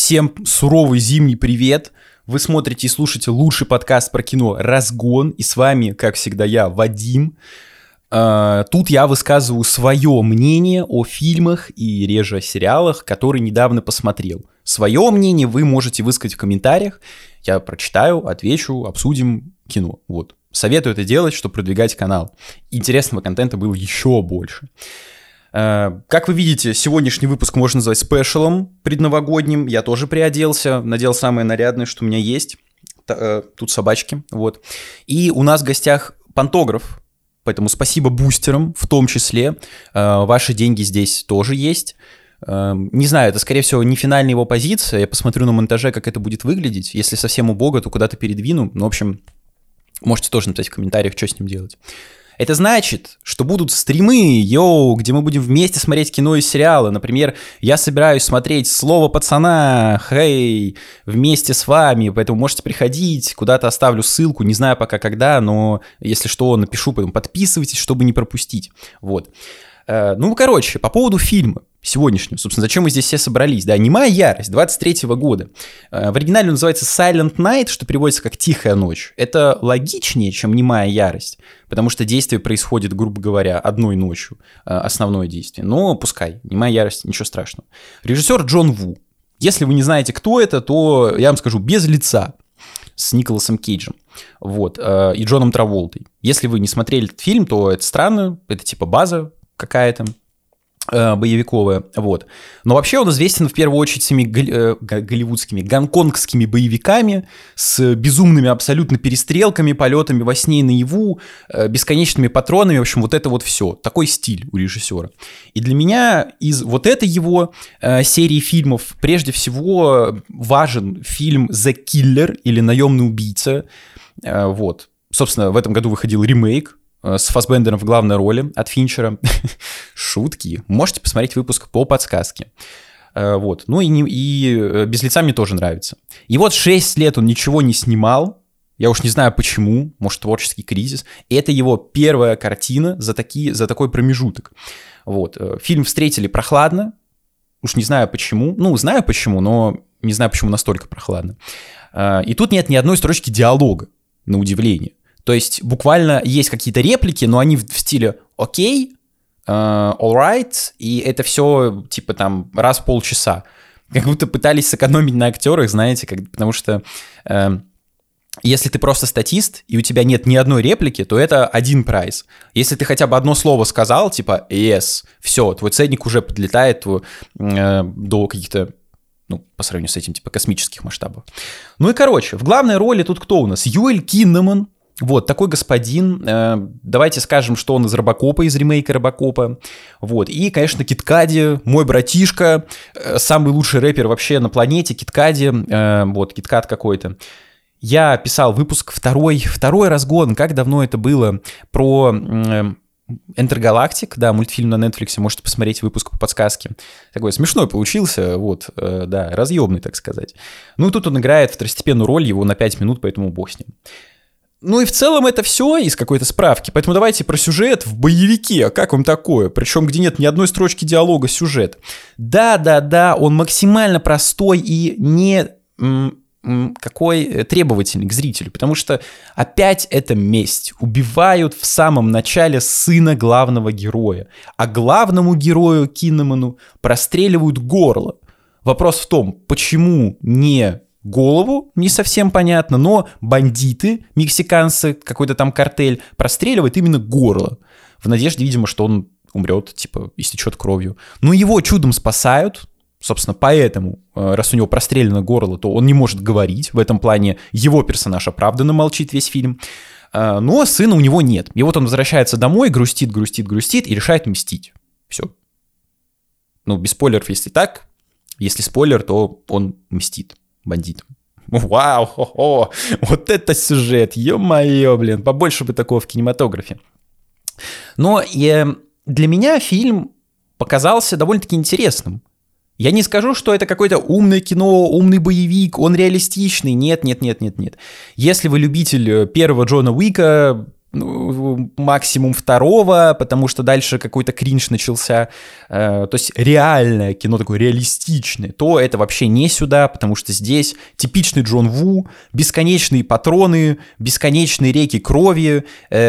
Всем суровый зимний привет. Вы смотрите и слушаете лучший подкаст про кино «Разгон». И с вами, как всегда, я, Вадим. Тут я высказываю свое мнение о фильмах и реже о сериалах, которые недавно посмотрел. Свое мнение вы можете высказать в комментариях. Я прочитаю, отвечу, обсудим кино. Вот. Советую это делать, чтобы продвигать канал. Интересного контента было еще больше. Как вы видите, сегодняшний выпуск можно назвать спешалом предновогодним. Я тоже приоделся, надел самое нарядное, что у меня есть. Тут собачки, вот. И у нас в гостях пантограф, поэтому спасибо бустерам в том числе. Ваши деньги здесь тоже есть. Не знаю, это, скорее всего, не финальная его позиция. Я посмотрю на монтаже, как это будет выглядеть. Если совсем убого, то куда-то передвину. Ну, в общем, можете тоже написать в комментариях, что с ним делать. Это значит, что будут стримы, где мы будем вместе смотреть кино и сериалы. Например, я собираюсь смотреть «Слово пацана», вместе с вами, поэтому можете приходить, куда-то оставлю ссылку, не знаю пока когда, но если что, напишу, поэтому подписывайтесь, чтобы не пропустить. Вот. Ну, короче, по поводу фильма сегодняшнего, собственно, зачем мы здесь все собрались, да, «Немая ярость» 23-го года. В оригинале он называется Silent Night, что переводится как «Тихая ночь». Это логичнее, чем «Немая ярость», потому что действие происходит, грубо говоря, одной ночью, основное действие. Но пускай, «Немая ярость», ничего страшного. Режиссер Джон Ву. Если вы не знаете, кто это, то я вам скажу «Без лица» с Николасом Кейджем, вот, и Джоном Траволтой. Если вы не смотрели этот фильм, то это странно, это типа база какая-то боевиковая, вот. Но вообще он известен в первую очередь своими голливудскими, гонконгскими боевиками с безумными абсолютно перестрелками, полетами во сне и наяву, бесконечными патронами, в общем, вот это вот все. Такой стиль у режиссера. И для меня из вот этой его серии фильмов прежде всего важен фильм «The Killer» или «Наемный убийца». Вот. Собственно, в этом году выходил ремейк с Фассбендером в главной роли от Финчера. Шутки. Можете посмотреть выпуск по подсказке. Вот. Ну и «Без лица» мне тоже нравится. И вот 6 лет он ничего не снимал. Я уж не знаю почему. Может, творческий кризис. И это его первая картина за такой промежуток. Вот. Фильм встретили прохладно. Уж не знаю почему. Ну, знаю почему, но не знаю, почему настолько прохладно. И тут нет ни одной строчки диалога, на удивление. То есть буквально есть какие-то реплики, но они в стиле «окей», «all right», и это все типа там раз в полчаса. Как будто пытались сэкономить на актерах, знаете, потому что если ты просто статист, и у тебя нет ни одной реплики, то это один прайс. Если ты хотя бы одно слово сказал, типа «yes», все, твой ценник уже подлетает до каких-то, ну, по сравнению с этим, типа космических масштабов. Ну и короче, в главной роли тут кто у нас? Юэль Киннаман. Вот, такой господин, давайте скажем, что он из «Робокопа», из ремейка «Робокопа», вот, и, конечно, Кид Кади, мой братишка, самый лучший рэпер вообще на планете, Кид Кади, вот, Кид Кад какой-то. Я писал выпуск второй разгон, как давно это было, про «Интергалактик», да, мультфильм на Netflix, можете посмотреть выпуск по подсказке. Такой смешной получился, вот, да, разъемный, так сказать. Ну и тут он играет второстепенную роль, его на 5 минут, поэтому бог с ним. Ну и в целом это все из какой-то справки, поэтому давайте про сюжет в боевике, как вам такое? Причем где нет ни одной строчки диалога, сюжет. Да, он максимально простой и не какой требовательный к зрителю, потому что опять это месть. Убивают в самом начале сына главного героя, а главному герою Киннаману простреливают горло. Вопрос в том, почему не голову, не совсем понятно, но бандиты, мексиканцы, какой-то там картель простреливают именно горло, в надежде, видимо, что он умрет, типа, истечет кровью. Но его чудом спасают, собственно, поэтому, раз у него прострелено горло, то он не может говорить, в этом плане его персонаж оправданно молчит весь фильм, но сына у него нет. И вот он возвращается домой, грустит и решает мстить. Все. Ну, без спойлеров, если так, если спойлер, то он мстит бандитам. Вау, хо-хо, вот это сюжет, ё-моё, блин, побольше бы такого в кинематографе. Но для меня фильм показался довольно-таки интересным. Я не скажу, что это какое-то умное кино, умный боевик, он реалистичный, нет. Если вы любитель первого Джона Уика, максимум второго, потому что дальше какой-то кринж начался. То есть реальное кино, такое реалистичное, то это вообще не сюда, потому что здесь типичный Джон Ву, бесконечные патроны, бесконечные реки крови,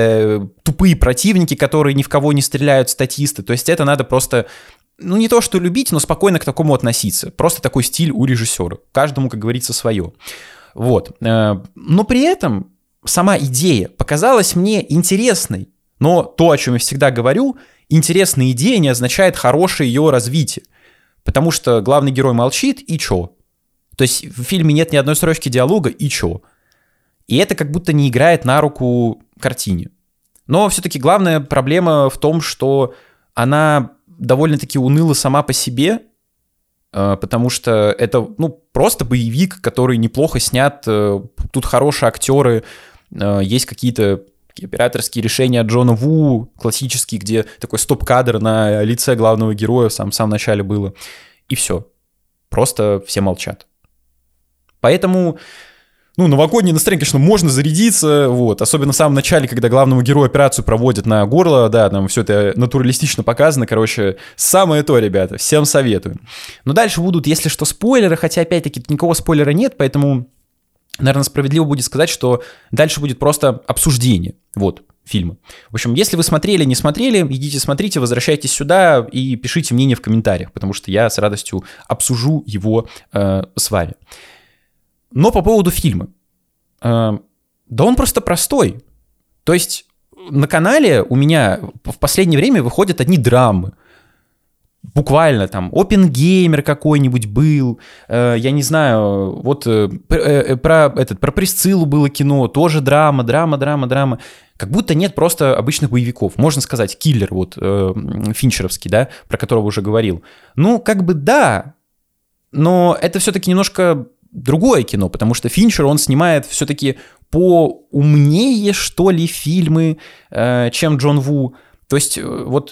тупые противники, которые ни в кого не стреляют, статисты. То есть это надо просто, не то что любить, но спокойно к такому относиться. Просто такой стиль у режиссера. Каждому, как говорится, свое. Вот. Но при этом сама идея показалась мне интересной, но то, о чем я всегда говорю, интересная идея не означает хорошее ее развитие, потому что главный герой молчит, и чё? То есть в фильме нет ни одной строчки диалога, и чё? И это как будто не играет на руку картине. Но все-таки главная проблема в том, что она довольно-таки уныла сама по себе, потому что это, просто боевик, который неплохо снят, тут хорошие актеры, есть какие-то операторские решения Джона Ву, классические, где такой стоп-кадр на лице главного героя в самом начале было, и все. Просто все молчат. Поэтому, новогоднее настроение, конечно, можно зарядиться, вот, особенно в самом начале, когда главному герою операцию проводят на горло, да, там все это натуралистично показано, короче, самое то, ребята, всем советую. Но дальше будут, если что, спойлеры, хотя, опять-таки, никакого спойлера нет, поэтому, наверное, справедливо будет сказать, что дальше будет просто обсуждение, вот, фильма. В общем, если вы смотрели, не смотрели, идите смотрите, возвращайтесь сюда и пишите мнение в комментариях, потому что я с радостью обсужу его с вами. Но по поводу фильма. Да он просто простой. То есть на канале у меня в последнее время выходят одни драмы. Буквально там Оппенгеймер какой-нибудь был, я не знаю, вот про Присциллу было кино, тоже драма. Как будто нет просто обычных боевиков. Можно сказать, киллер, вот, финчеровский, да, про которого уже говорил. Да, но это все-таки немножко другое кино, потому что Финчер, он снимает все-таки поумнее, что ли, фильмы, чем Джон Ву. То есть вот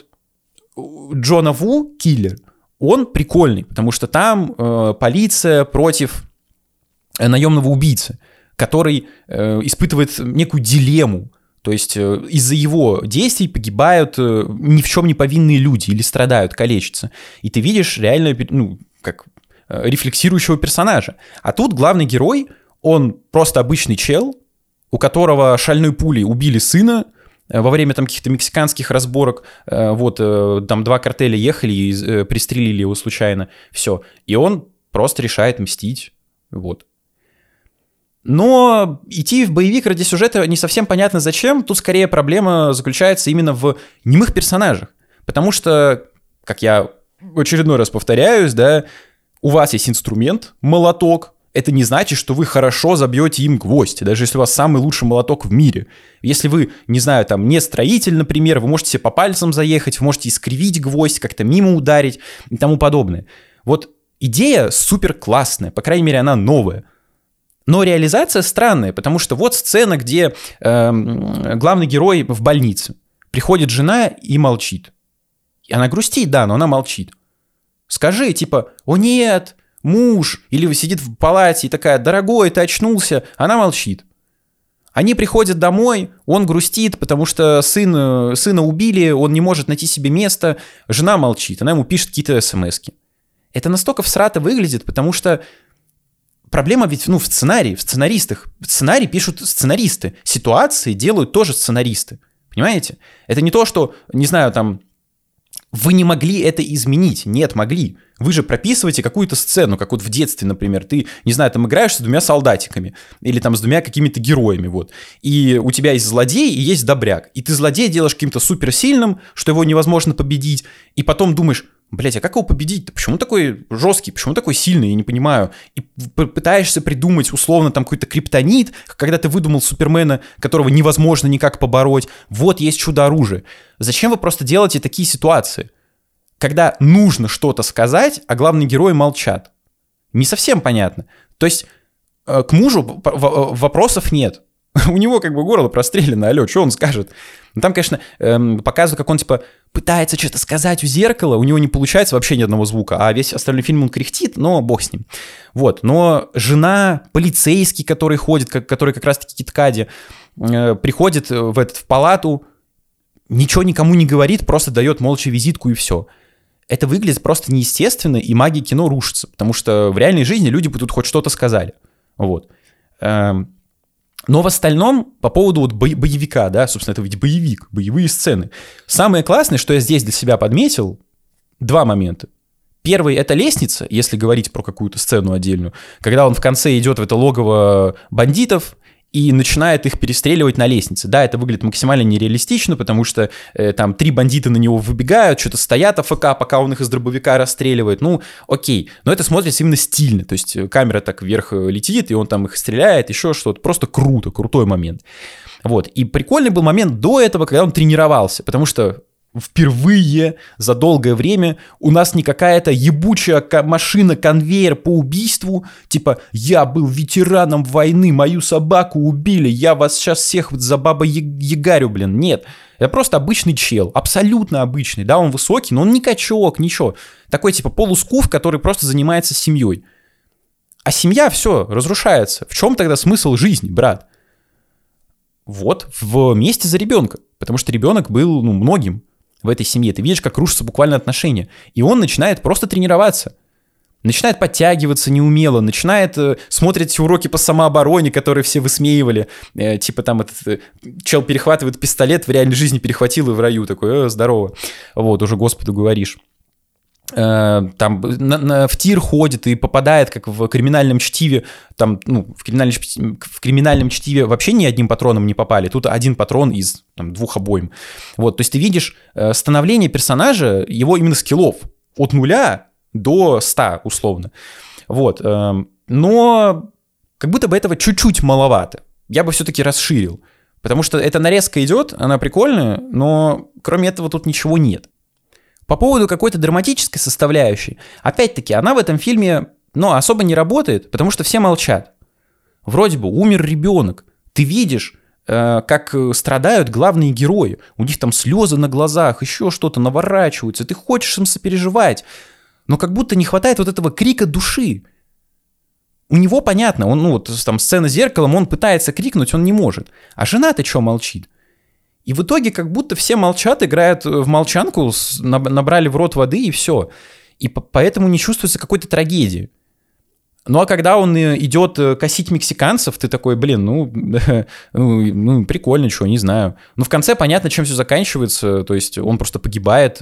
Джона Ву, киллер, он прикольный, потому что там полиция против наемного убийцы, который испытывает некую дилемму. То есть из-за его действий погибают ни в чем не повинные люди или страдают, калечатся. И ты видишь реально, как рефлексирующего персонажа. А тут главный герой, он просто обычный чел, у которого шальной пулей убили сына во время там каких-то мексиканских разборок. Вот, там 2 картеля ехали и пристрелили его случайно. Все. И он просто решает мстить. Вот. Но идти в боевик ради сюжета не совсем понятно зачем. Тут скорее проблема заключается именно в немых персонажах. Потому что, как я в очередной раз повторяюсь, да, у вас есть инструмент, молоток, это не значит, что вы хорошо забьете им гвоздь, даже если у вас самый лучший молоток в мире. Если вы, не знаю, там, не строитель, например, вы можете себе по пальцам заехать, вы можете искривить гвоздь, как-то мимо ударить и тому подобное. Вот идея супер классная, по крайней мере, она новая. Но реализация странная, потому что вот сцена, где главный герой в больнице. Приходит жена и молчит. И она грустит, да, но она молчит. Скажи, типа, о нет, муж, или сидит в палате и такая, дорогой, ты очнулся, она молчит. Они приходят домой, он грустит, потому что сына убили, он не может найти себе место, жена молчит, она ему пишет какие-то смски. Это настолько всрато выглядит, потому что проблема ведь в сценарии, в сценаристах. Сценарий пишут сценаристы, ситуации делают тоже сценаристы, понимаете? Это не то, что, не знаю, там, вы не могли это изменить. Нет, могли. Вы же прописываете какую-то сцену, как вот в детстве, например. Ты, не знаю, там играешь с 2 солдатиками или там с 2 какими-то героями, вот. И у тебя есть злодей и есть добряк. И ты злодея делаешь каким-то суперсильным, что его невозможно победить. И потом думаешь, блять, а как его победить-то? Почему такой жесткий? Почему такой сильный? Я не понимаю. И пытаешься придумать условно там какой-то криптонит, когда ты выдумал Супермена, которого невозможно никак побороть. Вот есть чудо-оружие. Зачем вы просто делаете такие ситуации? Когда нужно что-то сказать, а главные герои молчат. Не совсем понятно. То есть к мужу вопросов нет. У него как бы горло прострелено, алло, что он скажет? Ну, там, конечно, показывают, как он, типа, пытается что-то сказать в зеркало, у него не получается вообще ни одного звука, а весь остальной фильм он кряхтит, но бог с ним. Вот, но жена, полицейский, который ходит, который как раз-таки Киткади, приходит в палату, ничего никому не говорит, просто дает молча визитку и все. Это выглядит просто неестественно, и магия кино рушится, потому что в реальной жизни люди бы тут хоть что-то сказали. Вот. Но в остальном, по поводу вот боевика, да, собственно, это ведь боевик, боевые сцены. Самое классное, что я здесь для себя подметил, два момента. Первый — это лестница, если говорить про какую-то сцену отдельную, когда он в конце идет в это логово бандитов и начинает их перестреливать на лестнице. Да, это выглядит максимально нереалистично, потому что там 3 бандита на него выбегают, что-то стоят АФК, пока он их из дробовика расстреливает. Ну, окей. Но это смотрится именно стильно. То есть камера так вверх летит, и он там их стреляет, еще что-то. Просто круто, крутой момент. Вот. И прикольный был момент до этого, когда он тренировался, потому что впервые за долгое время у нас не какая-то ебучая машина-конвейер по убийству, типа «я был ветераном войны, мою собаку убили, я вас сейчас всех за баба-ягарю, блин». Нет, это просто обычный чел, абсолютно обычный, да, он высокий, но он не качок, ничего. Такой типа полускуф, который просто занимается семьей. А семья, все, разрушается. В чем тогда смысл жизни, брат? Вот, в месте за ребенка, потому что ребенок был, многим в этой семье. Ты видишь, как рушатся буквально отношения. И он начинает просто тренироваться. Начинает подтягиваться неумело, начинает смотреть уроки по самообороне, которые все высмеивали. Типа там этот чел перехватывает пистолет, в реальной жизни перехватил и в раю такой: здорово. Вот, уже Господу говоришь. Там в тир ходит и попадает, как в криминальном чтиве. Там, в криминальном чтиве вообще ни одним патроном не попали. Тут один патрон из 2 обоим. Вот, то есть ты видишь становление персонажа, его именно скиллов от 0 до 100, условно. Вот. Но как будто бы этого чуть-чуть маловато. Я бы все-таки расширил. Потому что эта нарезка идет, она прикольная, но кроме этого тут ничего нет. По поводу какой-то драматической составляющей, опять-таки, она в этом фильме, особо не работает, потому что все молчат. Вроде бы умер ребенок. Ты видишь, как страдают главные герои. У них там слезы на глазах, еще что-то наворачиваются. Ты хочешь им сопереживать, но как будто не хватает вот этого крика души. У него понятно, он, там сцена с зеркалом, он пытается крикнуть, он не может. А жена-то что молчит? И в итоге как будто все молчат, играют в молчанку, набрали в рот воды и все. И поэтому не чувствуется какой-то трагедии. Ну а когда он идет косить мексиканцев, ты такой, прикольно, что, не знаю. Но в конце понятно, чем все заканчивается. То есть он просто погибает,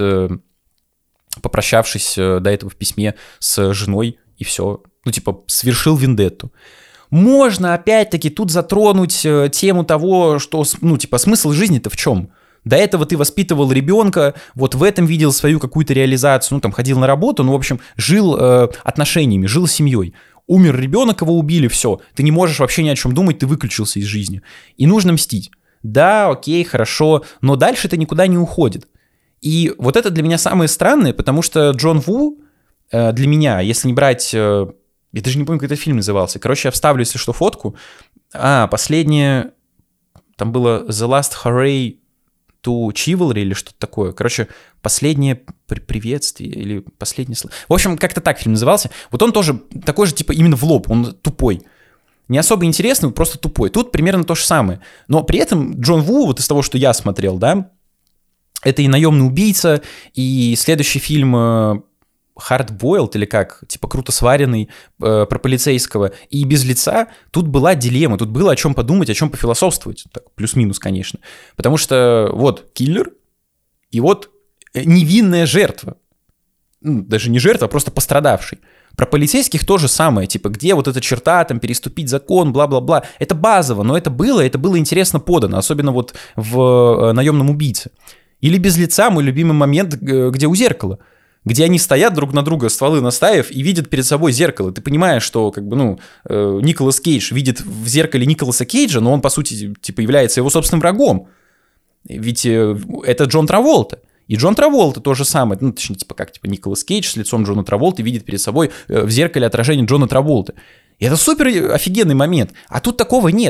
попрощавшись до этого в письме с женой, и все. Совершил вендетту. Можно, опять-таки, тут затронуть тему того, что, смысл жизни-то в чем? До этого ты воспитывал ребенка, вот в этом видел свою какую-то реализацию, ходил на работу, в общем, жил отношениями, жил семьей. Умер ребенок, его убили, все. Ты не можешь вообще ни о чем думать, ты выключился из жизни. И нужно мстить. Да, окей, хорошо, но дальше это никуда не уходит. И вот это для меня самое странное, потому что Джон Ву для меня, если не брать... Я даже не помню, как этот фильм назывался. Короче, я вставлю, если что, фотку. Последнее... Там было The Last Hooray to Chivalry или что-то такое. Короче, последнее приветствие или последнее слово. В общем, как-то так фильм назывался. Вот он тоже такой же, именно в лоб. Он тупой. Не особо интересный, просто тупой. Тут примерно то же самое. Но при этом Джон Ву, вот из того, что я смотрел, да, это и «Наемный убийца», и следующий фильм... Hard-boiled или как, круто сваренный, про полицейского, и «Без лица», тут была дилемма, тут было о чем подумать, о чем пофилософствовать, так, плюс-минус, конечно, потому что вот киллер, и вот невинная жертва, даже не жертва, а просто пострадавший. Про полицейских то же самое, где вот эта черта, переступить закон, бла-бла-бла, это базово, но это было интересно подано, особенно вот в «Наемном убийце». Или «Без лица», мой любимый момент, где у зеркала, где они стоят друг на друга, стволы наставив, и видят перед собой зеркало. Ты понимаешь, что Николас Кейдж видит в зеркале Николаса Кейджа, но он, по сути, является его собственным врагом. Ведь это Джон Траволта. И Джон Траволта то же самое. Николас Кейдж с лицом Джона Траволты видит перед собой в зеркале отражение Джона Траволты. И это супер офигенный момент. А тут такого нет.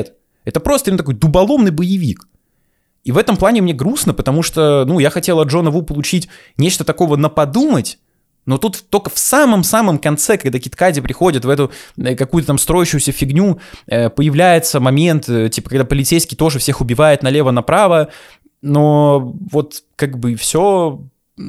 Это просто именно такой дуболомный боевик. И в этом плане мне грустно, потому что, я хотел от Джона Ву получить нечто такого на подумать, но тут только в самом-самом конце, когда Кид Кади приходит в эту какую-то там строящуюся фигню, появляется момент, типа, когда полицейский тоже всех убивает налево-направо, но вот как бы все,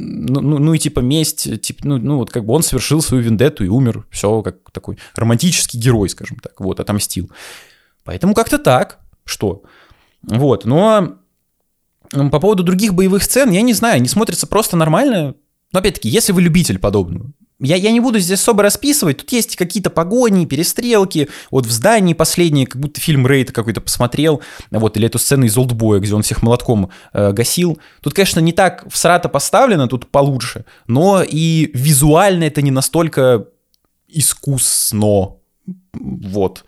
и типа месть, типа, вот как бы он совершил свою вендетту и умер, все как такой романтический герой, скажем так, вот, отомстил. Поэтому как-то так, что? Вот, но по поводу других боевых сцен, я не знаю, они смотрятся просто нормально. Но опять-таки, если вы любитель подобного, я не буду здесь особо расписывать, тут есть какие-то погони, перестрелки, вот в здании последние, как будто фильм Рейд какой-то посмотрел, вот, или эту сцену из Олдбоя, где он всех молотком гасил. Тут, конечно, не так всрато поставлено, тут получше, но и визуально это не настолько искусно, вот,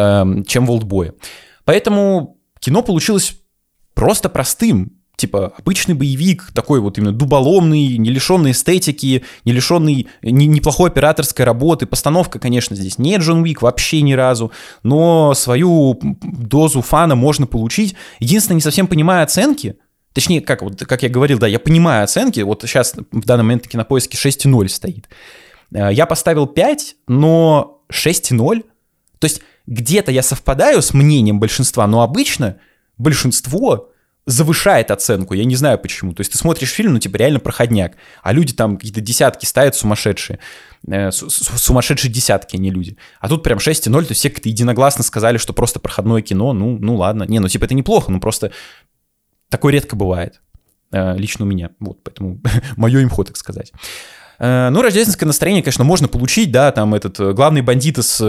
чем в Олдбое. Поэтому кино получилось просто простым, типа обычный боевик, такой вот именно дуболомный, не лишенный эстетики, не лишенный неплохой операторской работы. Постановка, конечно, здесь не Джон Уик вообще ни разу, но свою дозу фана можно получить. Единственное, не совсем понимаю оценки, точнее, как я говорил, да, я понимаю оценки, вот сейчас в данный момент на Кинопоиске 6,0 стоит. Я поставил 5, но 6,0, то есть где-то я совпадаю с мнением большинства, но обычно большинство завышает оценку, я не знаю почему. То есть ты смотришь фильм, типа реально проходняк, а люди там какие-то десятки ставят сумасшедшие. Сумасшедшие десятки, а не люди. А тут прям 6,0, то есть все как-то единогласно сказали, что просто проходное кино, ну ладно. Не, типа это неплохо, просто такое редко бывает. Лично у меня. Вот, поэтому мое имхо, так сказать. Рождественское настроение, конечно, можно получить, да, там этот главный бандитос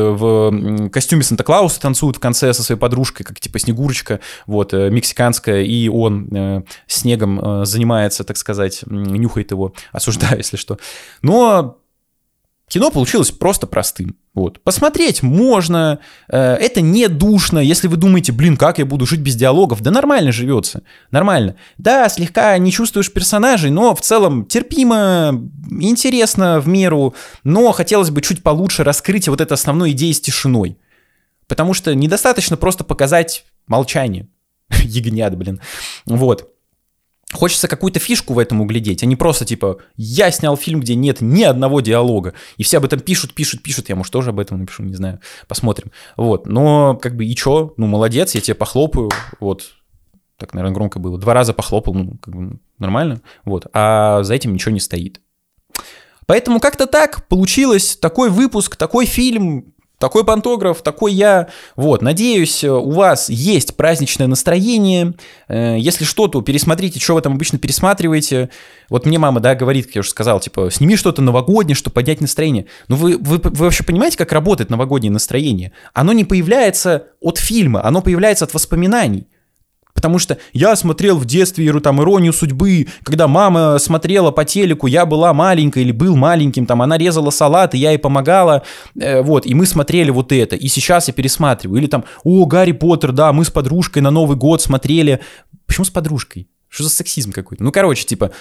в костюме Санта-Клауса танцует в конце со своей подружкой, как типа Снегурочка, вот, мексиканская, и он снегом занимается, так сказать, нюхает его, осуждаю, если что. Но кино получилось просто простым. Вот. Посмотреть можно, это не душно, если вы думаете, как я буду жить без диалогов, да нормально живется, нормально. Да, слегка не чувствуешь персонажей, но в целом терпимо, интересно в меру, но хотелось бы чуть получше раскрыть вот эту основную идею с тишиной, потому что недостаточно просто показать молчание, ягнят, вот. Хочется какую-то фишку в этом углядеть, а не просто типа «я снял фильм, где нет ни одного диалога», и все об этом пишут, я, может, тоже об этом напишу, не знаю, посмотрим. Вот, но как бы и чё, молодец, я тебе похлопаю, вот, так, наверное, громко было, 2 раза похлопал, как бы нормально, вот, а за этим ничего не стоит. Поэтому как-то так получилось, такой выпуск, такой фильм, такой пантограф, такой я. Вот, надеюсь, у вас есть праздничное настроение. Если что, то пересмотрите, что вы там обычно пересматриваете. Вот мне мама, да, говорит, как я уже сказал, типа, сними что-то новогоднее, чтобы поднять настроение. Но вы вообще понимаете, как работает новогоднее настроение? Оно не появляется от фильма, оно появляется от воспоминаний. Потому что я смотрел в детстве там «Иронию судьбы», когда мама смотрела по телеку, я была маленькой или был маленьким, там она резала салат, и я ей помогала, вот, и мы смотрели вот это, и сейчас я пересматриваю. Или там «Гарри Поттер», да, мы с подружкой на Новый год смотрели. Почему с подружкой? Что за сексизм какой-то? Короче, типа,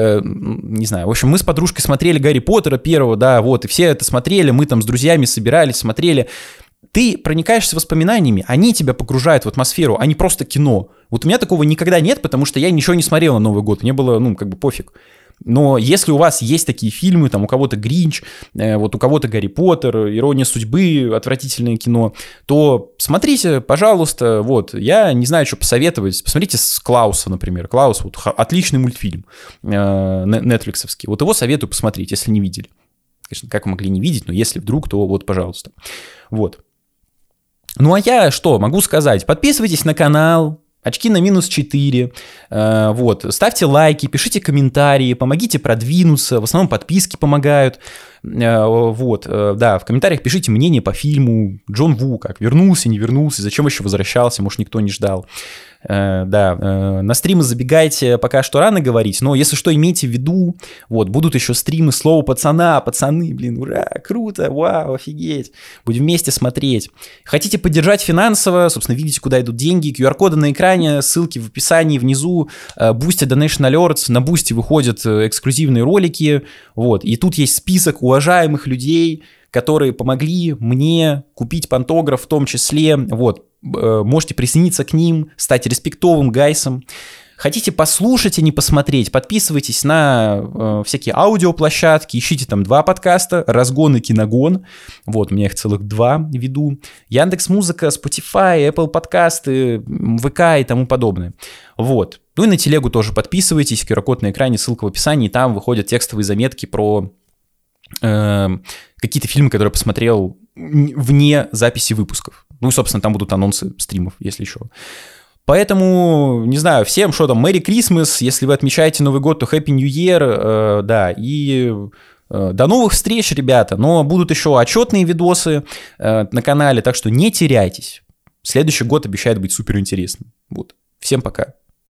не знаю, в общем, мы с подружкой смотрели «Гарри Поттера» первого, да, вот, и все это смотрели, мы там с друзьями собирались, смотрели. Ты проникаешься воспоминаниями, они тебя погружают в атмосферу, а не просто кино. Вот у меня такого никогда нет, потому что я ничего не смотрел на Новый год, мне было, как бы пофиг. Но если у вас есть такие фильмы, там у кого-то «Гринч», вот у кого-то «Гарри Поттер», «Ирония судьбы», отвратительное кино, то смотрите, пожалуйста, вот, я не знаю, что посоветовать, посмотрите с Клауса, например, Клаус, вот, отличный мультфильм, нетфликсовский, вот его советую посмотреть, если не видели. Конечно, как вы могли не видеть, но если вдруг, то вот, пожалуйста, вот. А я что могу сказать? Подписывайтесь на канал «Очки на -4», вот, ставьте лайки, пишите комментарии, помогите продвинуться, в основном подписки помогают, вот, да, в комментариях пишите мнение по фильму, Джон Ву, как, вернулся, не вернулся, зачем еще возвращался, может, никто не ждал. Да, на стримы забегайте, пока что рано говорить, но если что, имейте в виду, вот, будут еще стримы «Слово пацана», пацаны, ура, круто, вау, офигеть, будем вместе смотреть. Хотите поддержать финансово, собственно, видите, куда идут деньги, QR-коды на экране, ссылки в описании внизу, Boosty Donation Alerts, на Boosty выходят эксклюзивные ролики, вот, и тут есть список уважаемых людей, которые помогли мне купить пантограф в том числе. Вот, можете присоединиться к ним, стать респектовым гайсом. Хотите послушать, а не посмотреть, подписывайтесь на всякие аудиоплощадки, ищите там 2 подкаста, «Разгон» и «Киногон». Вот, у меня их целых 2 веду. Яндекс.Музыка, Spotify, Apple подкасты, ВК и тому подобное. Вот. Ну и на телегу тоже подписывайтесь, QR-код на экране, ссылка в описании, там выходят текстовые заметки про какие-то фильмы, которые я посмотрел вне записи выпусков. Ну и, собственно, там будут анонсы стримов, если еще. Поэтому, не знаю, всем, что там, Merry Christmas, если вы отмечаете Новый год, то Happy New Year, да, и до новых встреч, ребята, но будут еще отчетные видосы на канале, так что не теряйтесь, следующий год обещает быть суперинтересным, вот, всем пока.